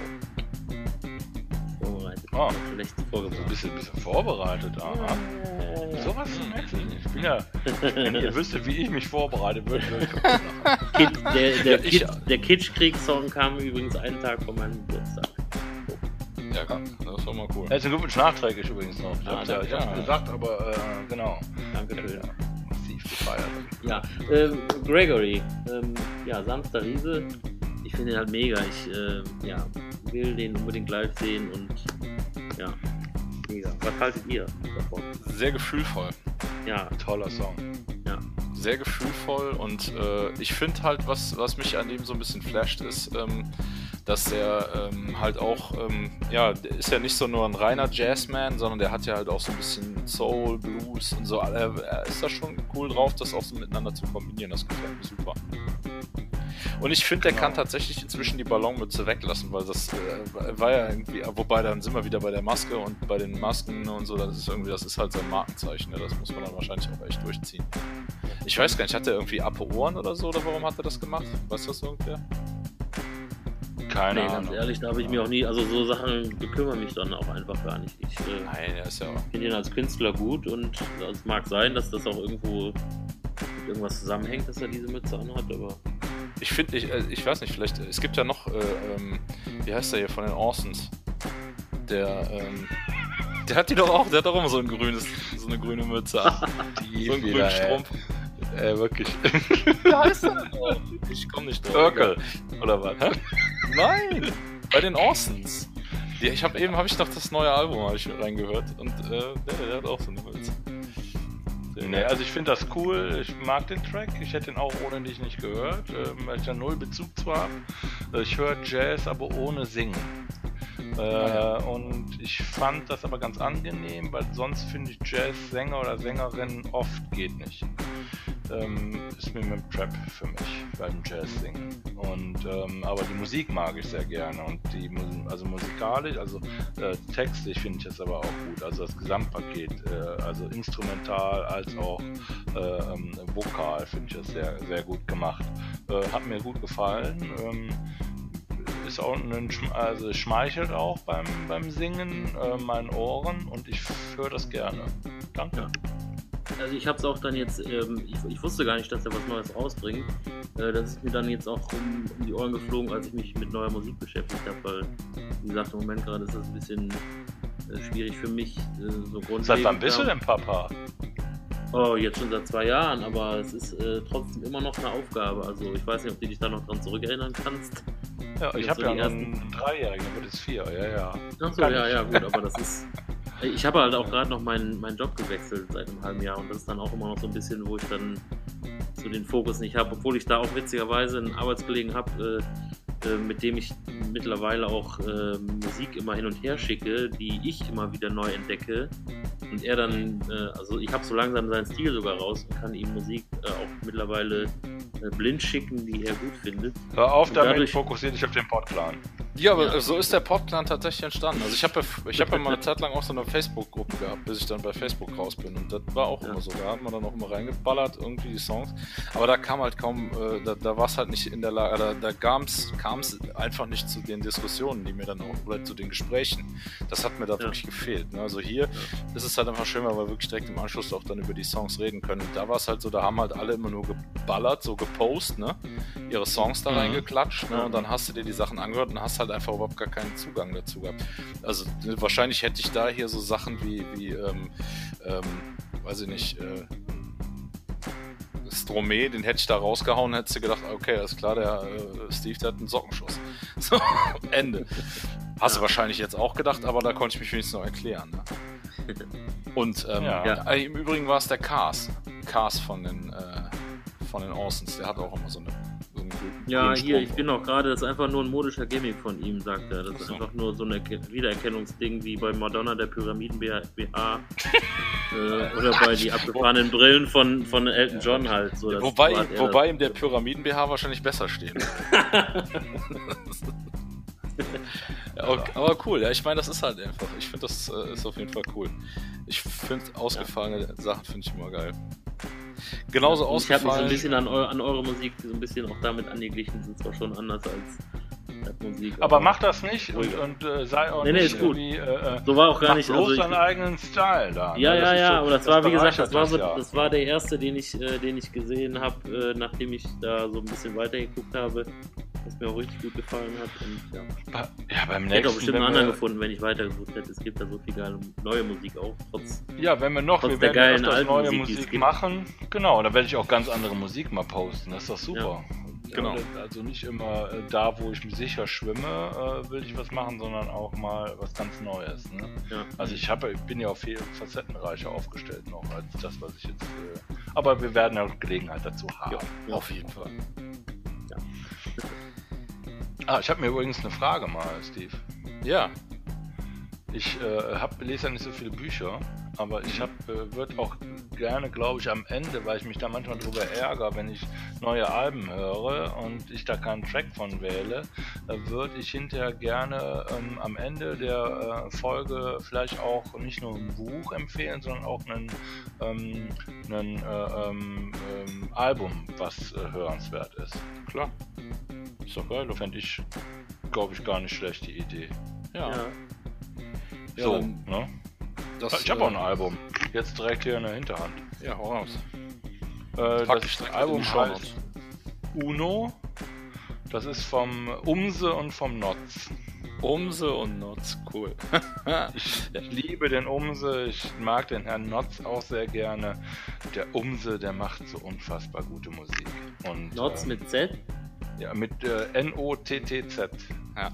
auch. Vorbereitet. Oh. Schlecht vorbereitet. Ein bisschen, bisschen vorbereitet, aha. Ja. Sowas ich bin ja, wenn ihr wüsstet, wie ich mich vorbereite, würde ich Kid, der, der, Ja, ich- Kid, der Kitschkrieg-Song kam übrigens einen Tag vor meinem Geburtstag. Ja, das ist doch mal cool. Herzlichen Glückwunsch nachträglich übrigens noch. Ich Ah, hab's ja, ich danke. hab's gesagt, aber äh, genau. Dankeschön. Ja, massiv gefeiert. Ja, ähm, Gregory, ähm, ja, sanfter Riese. Ich finde ihn halt mega. Ich ähm, ja, will den unbedingt live sehen und ja, mega. Was haltet ihr davon? Sehr gefühlvoll. Ja, Toller Song. ja. Sehr gefühlvoll und äh, ich finde halt, was, was mich an dem so ein bisschen flasht, ist, ähm, dass der ähm, halt auch, ähm, ja, der ist ja nicht so nur ein reiner Jazzman, sondern der hat ja halt auch so ein bisschen Soul, Blues und so. Er, er ist da schon cool drauf, das auch so miteinander zu kombinieren. Das gefällt mir super. Und ich finde, der Genau. kann tatsächlich inzwischen die Ballonmütze weglassen, weil das äh, war ja irgendwie, wobei dann sind wir wieder bei der Maske und bei den Masken und so, das ist irgendwie, das ist halt sein Markenzeichen, ne? Das muss man dann wahrscheinlich auch echt durchziehen. Ich weiß gar nicht, hat er irgendwie Appe Ohren oder so, oder warum hat er das gemacht? Weißt du das irgendwer? Keine Nee, Ahnung. ganz ehrlich, da habe ich mir auch nie, also so Sachen bekümmern mich dann auch einfach gar nicht. Ich äh, Nein, er ist ja auch. finde ihn als Künstler gut und es mag sein, dass das auch irgendwo mit irgendwas zusammenhängt, dass er diese Mütze anhat, aber Ich finde, ich, äh, ich weiß nicht, vielleicht, es gibt ja noch, äh, ähm, wie heißt der hier von den Orsons? Der, ähm, der hat die doch auch, der hat doch immer so ein grünes, so eine grüne Mütze an. Die So einen wieder, grünen Strumpf. Äh, wirklich. Wie heißt der denn auch? Ich komm nicht drauf. Urkel. Oder was? Hä? Nein! Bei den Orsons. Die, ich habe eben, habe ich noch das neue Album hab ich reingehört und äh, der, der hat auch so eine Mütze. Sehr Nee, geil. also ich finde das cool, ich mag den Track, ich hätte ihn auch ohne dich nicht gehört, ähm, weil ich da null Bezug zu habe. Äh, Ich höre Jazz, aber ohne Singen. Äh, und ich fand das aber ganz angenehm, weil sonst finde ich Jazz-Sänger oder Sängerin oft geht nicht. Ähm, ist mir mit dem Trap für mich beim Jazz singen. Und ähm, aber die Musik mag ich sehr gerne und die Mu- also musikalisch, also äh, textlich finde ich das aber auch gut. Also das Gesamtpaket, äh, also instrumental als auch äh, ähm, vokal finde ich das sehr sehr gut gemacht. Äh, hat mir gut gefallen. Ähm, ist auch ein Schm- also es schmeichelt auch beim beim Singen äh, meinen Ohren und ich höre das gerne. Danke. also ich habe es auch dann jetzt, ähm, ich, ich wusste gar nicht, dass er was Neues rausbringt. Äh, das ist mir dann jetzt auch um, um die Ohren geflogen, als ich mich mit neuer Musik beschäftigt habe, weil, wie gesagt, im Moment gerade ist das ein bisschen äh, schwierig für mich. Äh, so grundlegend. Seit wann bist du ja. denn Papa? Oh, jetzt schon seit zwei Jahren, aber es ist äh, trotzdem immer noch eine Aufgabe. Also ich weiß nicht, ob du dich da noch dran zurückerinnern kannst. Ja, ich Jetzt habe so ja die noch ersten- einen Dreijährigen, wird jetzt vier, ja, ja. Achso, Kann ja, ich. ja, gut, aber das ist. Ich habe halt auch gerade noch meinen, meinen Job gewechselt seit einem halben Jahr und das ist dann auch immer noch so ein bisschen, wo ich dann so den Fokus nicht habe, obwohl ich da auch witzigerweise einen Arbeitskollegen habe, äh, äh, mit dem ich mittlerweile auch äh, Musik immer hin und her schicke, die ich immer wieder neu entdecke und er dann, äh, also ich habe so langsam seinen Stil sogar raus und kann ihm Musik äh, auch mittlerweile äh, blind schicken, die er gut findet. Hör auf Und damit, dadurch- fokussier dich auf den Podplan. Ja, aber Ja. so ist der Podplan tatsächlich entstanden. Also ich habe ja, ich hab ja mal eine Zeit lang auch so eine Facebook-Gruppe gehabt, bis ich dann bei Facebook raus bin. Und das war auch Ja. immer so. Da hat man dann auch immer reingeballert, irgendwie die Songs. Aber da kam halt kaum, äh, da, da war es halt nicht in der Lage, da, da kam es einfach nicht zu den Diskussionen, die mir dann auch, oder zu den Gesprächen. Das hat mir da Ja. wirklich gefehlt. Ne? Also hier ist es halt einfach schön, weil wir wirklich direkt im Anschluss auch dann über die Songs reden können. Und da war es halt so, da haben halt alle immer nur geballert, so gepostet, ne? Ihre Songs da Mhm. reingeklatscht, ne? Ja. Und dann hast du dir die Sachen angehört und hast halt einfach überhaupt gar keinen Zugang dazu gehabt. Also wahrscheinlich hätte ich da hier so Sachen wie, wie ähm, ähm, weiß ich nicht, äh, Stromae, den hätte ich da rausgehauen, hättest du gedacht, okay, alles klar, der äh, Steve, der hat einen Sockenschuss. So, Ende. Hast du wahrscheinlich jetzt auch gedacht, aber da konnte ich mich wenigstens noch erklären. Ne? Und ähm, Ja. ja. äh, im Übrigen war es der Cars. Cars von den, äh, von den Orsons, der hat auch immer so eine so einen grünen, Ja, grünen hier, Strumpf. ich bin auch gerade, das ist einfach nur ein modischer Gimmick von ihm, sagt er. Das ist Ach so. einfach nur so ein Erke- Wiedererkennungsding wie bei Madonna der Pyramiden-B H äh, oder bei die abgefahrenen Brillen von, von Elton John halt. So, das Wobei, so hat er wobei das- ihm der Pyramiden-B H wahrscheinlich besser stehen würde. Ja, okay, aber cool, ja, ich meine, das ist halt einfach. Ich finde, das äh, ist auf jeden Fall cool. Ich finde ausgefallene Sachen finde ich immer geil. Genauso Und ich habe mich so ein ausgefallen. bisschen an, eu an eure Musik so ein bisschen auch damit angeglichen, sind zwar schon anders als Musik. Aber mach das nicht und, und äh, sei auch Nee, nee, nicht ist gut. irgendwie, äh, äh, So war auch gar mach nicht. bloß Also ich, deinen eigenen Style da. ja, ne? Das ja, ist ja, so- aber das, war wie gesagt, das bereichert war so, ja. das war der erste, den ich, äh, den ich gesehen habe, äh, nachdem ich da so ein bisschen weitergeguckt habe, was mir auch richtig gut gefallen hat. Und ja, Ja, beim ich hätte auch nächsten, bestimmt wenn einen anderen wir, gefunden, wenn ich weitergesucht hätte. Es gibt da so viel geile neue Musik auch, trotz. ja, wenn wir noch, trotz wir der werden geilen öfters alten neue Musik, die es Musik gibt. machen, genau, da werde ich auch ganz andere Musik mal posten, das ist doch super. Genau. Ja, also nicht immer äh, da, wo ich mich sicher schwimme, äh, will ich was machen, sondern auch mal was ganz Neues. Ne? Ja. Also ich habe, ich bin ja auch viel facettenreicher aufgestellt noch als das, was ich jetzt. Äh, aber wir werden ja auch Gelegenheit dazu haben. Ja. Auf jeden Fall. Ah, ich habe mir übrigens eine Frage mal, Steve. Ja, Ich äh, hab, lese ja nicht so viele Bücher, aber ich hab, äh, würde auch gerne, glaube ich, am Ende, weil ich mich da manchmal drüber ärgere, wenn ich neue Alben höre und ich da keinen Track von wähle, äh, würde ich hinterher gerne ähm, am Ende der äh, Folge vielleicht auch nicht nur ein Buch empfehlen, sondern auch einen, ähm, einen äh, ähm, ähm, Album, was äh, hörenswert ist. Klar. Ist doch geil. Fände ich, glaube ich, gar nicht schlecht, die Idee. Ja. Ja. Ja, so, dann, ne? das, Ich habe auch äh, ein Album. Jetzt direkt hier in der Hinterhand. Ja, hau raus. Äh, Pack das ich direkt Album in die Shownotes. heißt Uno. Das ist vom Umse und vom Notz. Umse und Notz, cool. Ich, ich liebe den Umse, ich mag den Herrn Notz auch sehr gerne. Der Umse, der macht so unfassbar gute Musik. Und, Notz ähm, mit Z? Ja, mit äh, N O T T Z. Ja.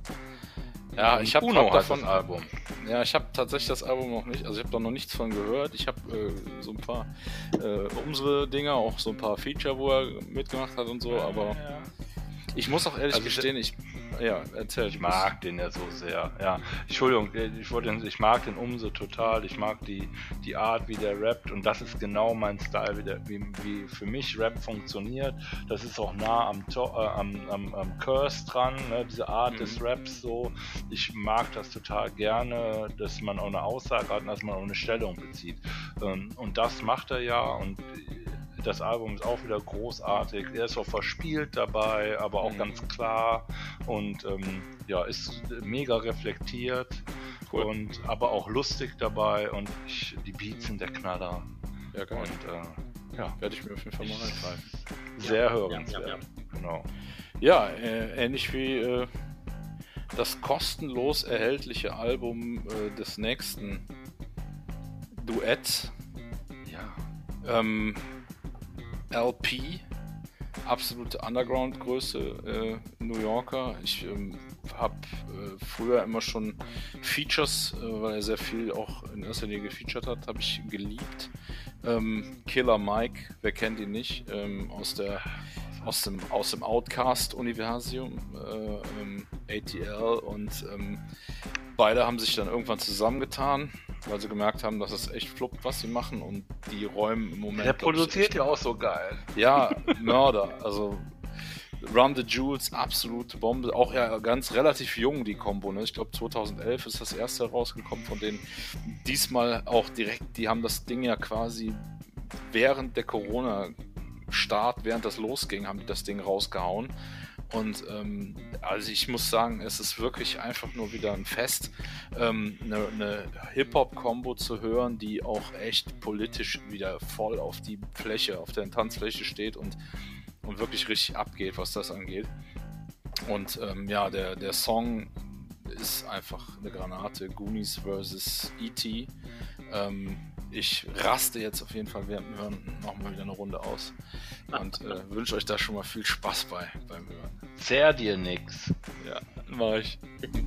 Ja, ich habe Uno hab heißt davon, das Album. ja, ich habe tatsächlich das Album noch nicht, also ich habe da noch nichts von gehört. Ich habe äh, so ein paar äh, unsere Dinger, auch so ein paar Feature, wo er mitgemacht hat und so, aber Ja. ich muss auch ehrlich Also gestehen, ich, ja, erzähl. Ich mag den ja so sehr. Ja, Entschuldigung, ich, wollte, ich mag den Umse total. Ich mag die, die Art, wie der rappt. Und das ist genau mein Style, wie, der, wie, wie für mich Rap funktioniert. Das ist auch nah am, to äh, am, am, am Curse dran, ne? Diese Art Mhm. des Raps so. Ich mag das total gerne, dass man auch eine Aussage hat und dass man auch eine Stellung bezieht. Ähm, und das macht er ja. Und das Album ist auch wieder großartig. Er ist auch verspielt dabei, aber auch Mhm. ganz klar und ähm, ja, ist mega reflektiert Cool. und aber auch lustig dabei und ich, die Beats sind der Knaller Ja, geil. und äh, ja, Werde ich mir auf jeden Fall mal reinfallen. sehr Ja, hörenswert. ja, ja. Genau. Ja, äh, ähnlich wie äh, das kostenlos erhältliche Album äh, des nächsten Duetts. Ja. Ähm, L P, absolute Underground-Größe, äh, New Yorker. Ich ähm, habe äh, früher immer schon Features, äh, weil er sehr viel auch in erster Linie gefeatured hat, habe ich geliebt. Ähm, Killer Mike, wer kennt ihn nicht, ähm, aus der aus dem aus dem Outcast-Universum, äh, ähm, A T L und ähm, beide haben sich dann irgendwann zusammengetan, weil sie gemerkt haben, dass es echt fluppt, was sie machen und die räumen im Moment. Der glaub ich, produziert echt- ja auch so geil. Ja, Mörder. Also Run the Jewels, absolute Bombe. Auch ja ganz relativ jung, die Kombo. Ne? Ich glaube zweitausendelf ist das erste rausgekommen von denen. Diesmal auch direkt, die haben das Ding ja quasi während der Corona-Start, während das losging, haben die das Ding rausgehauen. Und ähm, also ich muss sagen, es ist wirklich einfach nur wieder ein Fest, ähm, eine, eine Hip-Hop-Kombo zu hören, die auch echt politisch wieder voll auf die Fläche, auf der Tanzfläche steht und, und wirklich richtig abgeht, was das angeht. Und ähm, ja, der, der Song ist einfach eine Granate. Goonies versus E T Ähm, ich raste jetzt auf jeden Fall während dem Hören nochmal wieder eine Runde aus und äh, wünsche euch da schon mal viel Spaß bei beim Hören. Zerr dir nix. Ja, mach ich.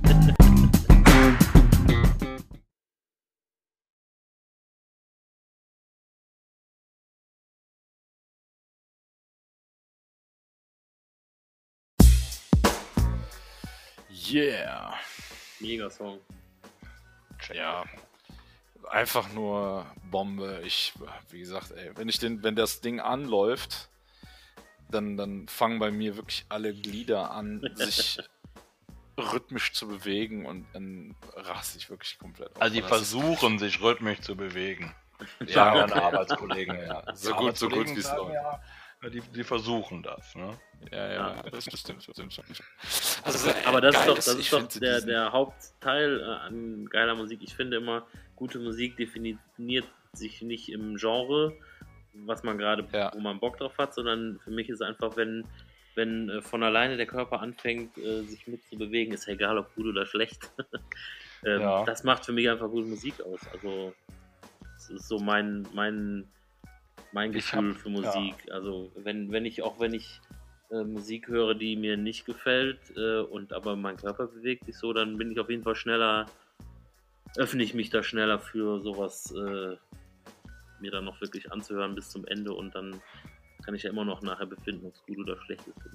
Yeah. Mega Song. Ja. Einfach nur Bombe. Ich, wie gesagt, ey, wenn ich den, wenn das Ding anläuft, dann, dann fangen bei mir wirklich alle Glieder an, sich rhythmisch zu bewegen und dann raste ich wirklich komplett auf. Also die Und das ist- versuchen sich rhythmisch zu bewegen. Ja, Sagen meine okay. Arbeitskollegen, ja. So gut, so gut, Arbeitskollegen wie es sagen läuft. ja, die, die versuchen das, ne? Ja, ja, Ja. das stimmt, das stimmt schon. Also, aber das geil ist doch, das ich ist doch finde der, diesen- der Hauptteil äh, an geiler Musik. Ich finde immer, gute Musik definiert sich nicht im Genre, was man gerade, Ja. wo man Bock drauf hat, sondern für mich ist einfach, wenn, wenn äh, von alleine der Körper anfängt, äh, sich mitzubewegen, ist ja egal, ob gut oder schlecht. ähm, Ja. Das macht für mich einfach gute Musik aus. Also, das ist so mein, mein, mein Ich Gefühl hab- für Musik. Also, wenn, wenn ich, auch wenn ich äh, Musik höre, die mir nicht gefällt äh, und aber mein Körper bewegt sich so, dann bin ich auf jeden Fall schneller, öffne ich mich da schneller für sowas, äh, mir dann noch wirklich anzuhören bis zum Ende und dann kann ich ja immer noch nachher befinden, ob es gut oder schlecht ist für mich. Aber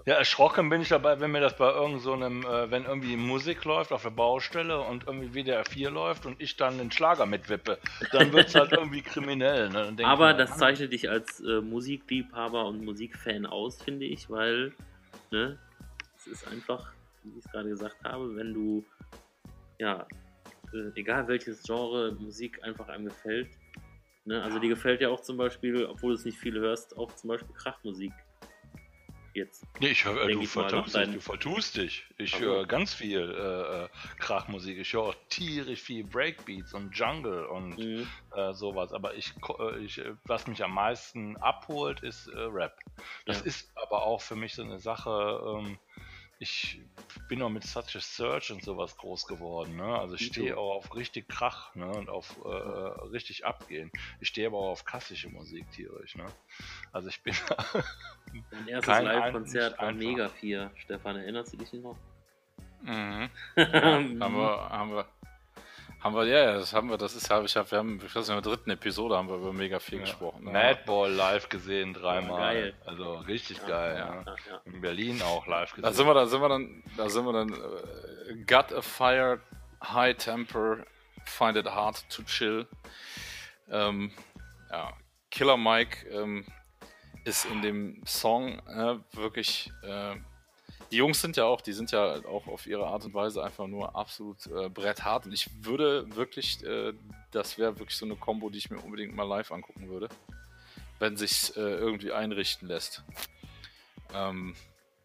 Ja, erschrocken bin ich dabei, wenn mir das bei irgend so einem, äh, wenn irgendwie Musik läuft auf der Baustelle und irgendwie W D R vier läuft und ich dann den Schlager mitwippe. Dann wird es halt irgendwie kriminell. Ne? Dann denk Aber ich mir, das zeichnet dich als äh, Musikliebhaber und Musikfan aus, finde ich, weil, ne, es ist einfach, wie ich es gerade gesagt habe, wenn du, ja, äh, egal welches Genre Musik einfach einem gefällt, ne, also die gefällt ja auch zum Beispiel, obwohl du es nicht viel hörst, auch zum Beispiel Krachmusik. Jetzt. Nee, ich höre, Denk du, ich mal, vertust nach dich, deinen- du vertust dich. Ich Also. höre ganz viel äh, äh, Krachmusik. Ich höre auch tierisch viel Breakbeats und Jungle und Mhm. äh, sowas. Aber ich, ko- äh, ich, äh, was mich am meisten abholt, ist äh, Rap. Das Ja. ist aber auch für mich so eine Sache. Ähm, ich bin auch mit Such a Search und sowas groß geworden. Ne? Also ich stehe auch auf richtig Krach, ne? Und auf äh, richtig abgehen. Ich stehe aber auch auf klassische Musik tierisch. Ne? Also ich bin Mein erstes kein Live-Konzert nicht war einfach. Mega vier. Stefan, erinnerst du dich noch? Mhm. Ja, haben wir, haben wir, haben wir, ja, ja, das haben wir, das ist, habe ich, hab, wir haben, ich weiß nicht, in der dritten Episode haben wir über Mega vier Ja. gesprochen. Madball live gesehen dreimal. Ja, geil. Also richtig Ja, geil. ja, ne? ja, ja. In Berlin auch live gesehen. Da sind wir, da sind wir dann, da sind wir dann, äh, got a fire, high temper, find it hard to chill. Ähm, ja, Killer Mike ähm, ist in dem Song äh, wirklich, äh, die Jungs sind ja auch, die sind ja auch auf ihre Art und Weise einfach nur absolut äh, bretthart und ich würde wirklich, äh, das wäre wirklich so eine Kombo, die ich mir unbedingt mal live angucken würde, wenn sich's äh, irgendwie einrichten lässt. Ähm,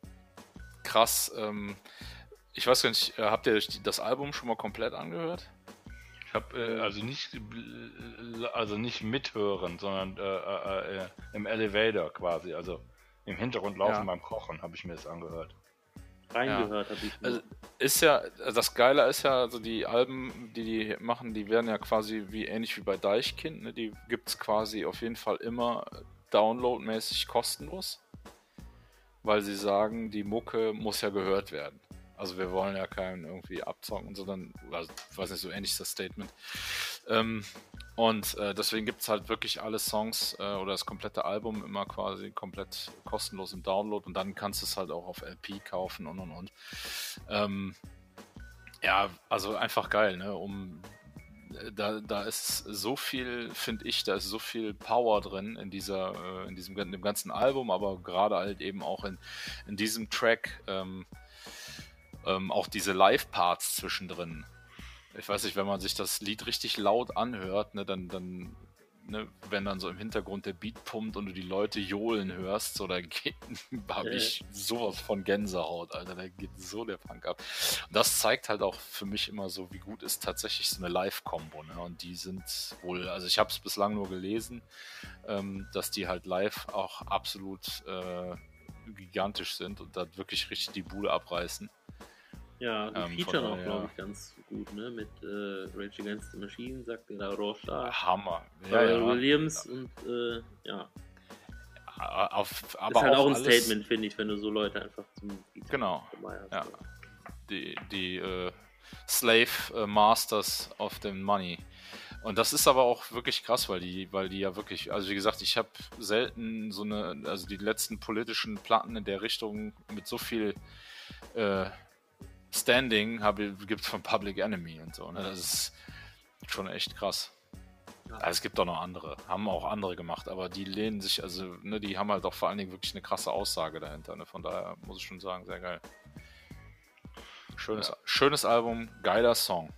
krass, ähm, ich weiß gar nicht, äh, habt ihr euch die- das Album schon mal komplett angehört? Ich habe äh, also nicht äh, also nicht mithören, sondern äh, äh, äh, im Elevator quasi, also im Hintergrund laufen Ja. beim Kochen, habe ich mir das angehört. Reingehört habe ich. Also, ist ja, also das Geile ist ja, also die Alben, die die machen, die werden ja quasi wie ähnlich wie bei Deichkind, ne? Die gibt's quasi auf jeden Fall immer downloadmäßig kostenlos, weil sie sagen, die Mucke muss ja gehört werden. Also wir wollen ja keinen irgendwie abzocken, sondern, also, ich weiß nicht, so ähnlich ist das Statement. Ähm, und äh, deswegen gibt es halt wirklich alle Songs äh, oder das komplette Album immer quasi komplett kostenlos im Download und dann kannst du es halt auch auf L P kaufen und und und. Ähm, ja, also einfach geil, ne? Um da, da ist so viel, finde ich, da ist so viel Power drin in dieser, äh, in diesem in dem ganzen Album, aber gerade halt eben auch in, in diesem Track. Ähm, ähm, auch diese Live-Parts zwischendrin. Ich weiß nicht, wenn man sich das Lied richtig laut anhört, ne, dann, dann ne, wenn dann so im Hintergrund der Beat pumpt und du die Leute johlen hörst, so, da habe ich sowas von Gänsehaut, Alter, da geht so der Punk ab. Und das zeigt halt auch für mich immer so, wie gut ist tatsächlich so eine Live-Kombo, ne? Und die sind wohl, also ich habe es bislang nur gelesen, ähm, dass die halt live auch absolut äh, gigantisch sind und da wirklich richtig die Bude abreißen. Ja, die Ähm, featuren von auch, daher- glaube ich, ganz gut, ne? Mit äh, Rage Against the Machine, sagt der da Rorschach, Hammer. Ja, Pharrell ja. Williams und äh, ja. Auf, aber ist halt auch ein alles- Statement, finde ich, wenn du so Leute einfach zum Feature Genau, dabei hast. ja. Die, die äh, Slave äh, Masters of the Money. Und das ist aber auch wirklich krass, weil die, weil die ja wirklich, also wie gesagt, ich habe selten so eine, also die letzten politischen Platten in der Richtung mit so viel äh, Standing gibt es von Public Enemy und so. Ne? Das ist schon echt krass. Ja. Also es gibt auch noch andere, haben auch andere gemacht, aber die lehnen sich, also ne, die haben halt auch vor allen Dingen wirklich eine krasse Aussage dahinter. Ne? Von daher muss ich schon sagen, sehr geil. Schönes, Ja. schönes Album, geiler Song.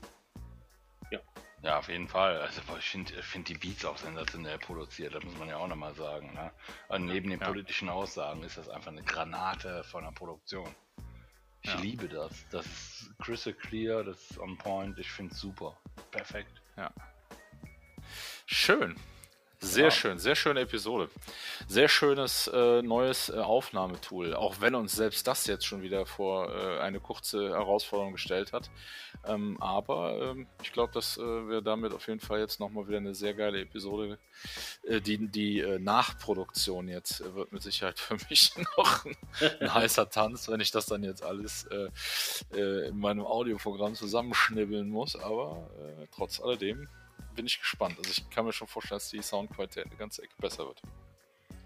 Ja, auf jeden Fall. Also boah, ich finde find die Beats auch sensationell produziert, das muss man ja auch nochmal sagen. Ne? Und neben den Ja. politischen Aussagen ist das einfach eine Granate von der Produktion. Ich Ja. liebe das. Das ist crystal clear, das ist on point, ich finde es super. Perfekt. Schön. Sehr Ja. schön, sehr schöne Episode. Sehr schönes äh, neues äh, Aufnahmetool, auch wenn uns selbst das jetzt schon wieder vor äh, eine kurze Herausforderung gestellt hat. Ähm, aber ähm, ich glaube, dass äh, wir damit auf jeden Fall jetzt nochmal wieder eine sehr geile Episode, äh, die, die äh, Nachproduktion jetzt äh, wird mit Sicherheit für mich noch ein, ein heißer Tanz, wenn ich das dann jetzt alles äh, äh, in meinem Audioprogramm zusammenschnibbeln muss, aber äh, trotz alledem bin ich gespannt. Also ich kann mir schon vorstellen, dass die Soundqualität eine ganze Ecke besser wird.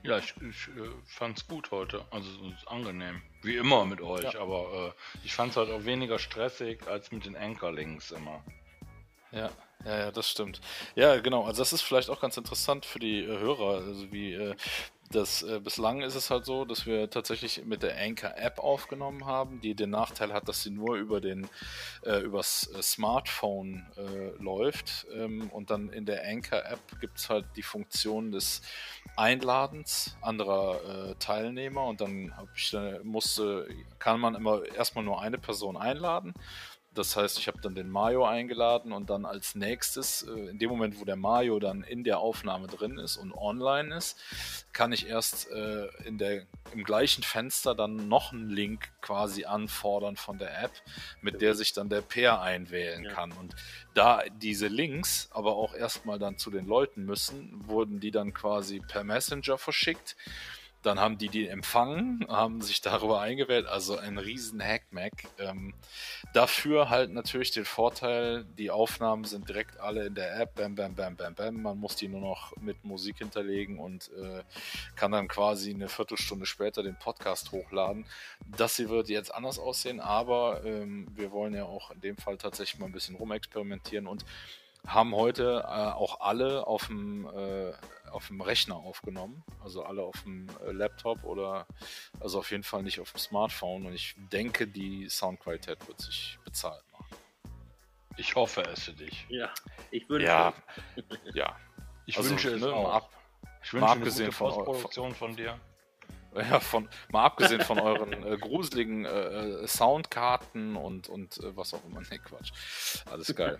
Ja, ich, ich äh, fand's gut heute. Also es ist angenehm. Wie immer mit euch, Ja. aber äh, ich fand's heute auch weniger stressig als mit den Anchor-Links immer. Ja, ja, ja, das stimmt. Ja, genau. Also das ist vielleicht auch ganz interessant für die äh, Hörer. Also wie äh, das äh, bislang ist es halt so, dass wir tatsächlich mit der Anchor-App aufgenommen haben, die den Nachteil hat, dass sie nur über den äh, übers äh, Smartphone äh, läuft. Ähm, und dann in der Anchor-App gibt es halt die Funktion des Einladens anderer äh, Teilnehmer und dann hab ich, äh, musste, kann man immer erstmal nur eine Person einladen. Das heißt, ich habe dann den Mario eingeladen und dann als nächstes, äh, in dem Moment, wo der Mario dann in der Aufnahme drin ist und online ist, kann ich erst äh, in der, im gleichen Fenster dann noch einen Link quasi anfordern von der App, mit der sich dann der Peer einwählen Ja. kann. Und da diese Links aber auch erstmal dann zu den Leuten müssen, wurden die dann quasi per Messenger verschickt. Dann haben die die empfangen, haben sich darüber eingewählt, also ein riesen Hackmack. Ähm, dafür halt natürlich den Vorteil, die Aufnahmen sind direkt alle in der App, bam, bam, bam, bam, bam. Man muss die nur noch mit Musik hinterlegen und äh, kann dann quasi eine Viertelstunde später den Podcast hochladen. Das hier wird jetzt anders aussehen, aber ähm, wir wollen ja auch in dem Fall tatsächlich mal ein bisschen rumexperimentieren und haben heute äh, auch alle auf dem, äh, auf dem Rechner aufgenommen, also alle auf dem äh, Laptop oder also auf jeden Fall nicht auf dem Smartphone und ich denke, die Soundqualität wird sich bezahlt machen. Ich hoffe es für dich. Ja, ich wünsche Ja, ja. Ich Also, wünsche es ne, auch. mal ab- ich mal wünsche eine abgesehen gute von eu- Postproduktion von dir. Ja, von, mal abgesehen von euren äh, gruseligen äh, Soundkarten und, und äh, was auch immer. Ne, Quatsch. Alles geil.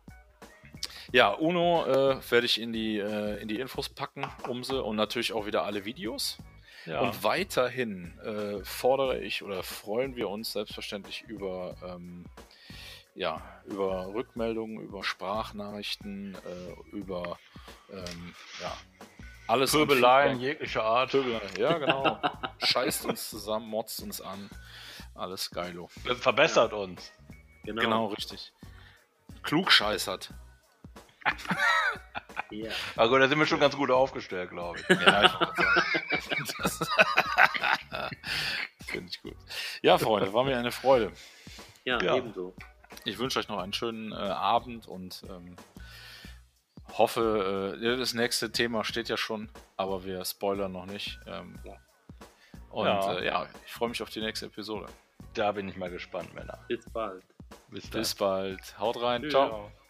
Ja, Uno äh, werde ich in die, äh, in die Infos packen, Umse, und natürlich auch wieder alle Videos. Ja. Und weiterhin äh, fordere ich oder freuen wir uns selbstverständlich über, ähm, ja, über Rückmeldungen, über Sprachnachrichten, äh, über ähm, ja, alles an Pöbeleien Feedback. jeglicher Art. Pöbeleien, ja genau. Scheißt uns zusammen, motzt uns an. Alles geilo. Verbessert uns. genau. Genau, richtig. Klugscheißert. Ja. Aber gut, da sind wir schon ganz gut aufgestellt, glaube ich. Ja, ich wollte sagen. Das finde ich gut. Ja, Freunde, war mir eine Freude. Ja, Ja. ebenso. Ich wünsche euch noch einen schönen äh, Abend und ähm, hoffe, äh, das nächste Thema steht ja schon, aber wir spoilern noch nicht. Ähm, und Ja. Äh, ja, ich freue mich auf die nächste Episode. Da bin ich mal gespannt, Männer. Bis bald. Bis dann. Bis bald. Haut rein. Tschüss. Ciao. Ciao.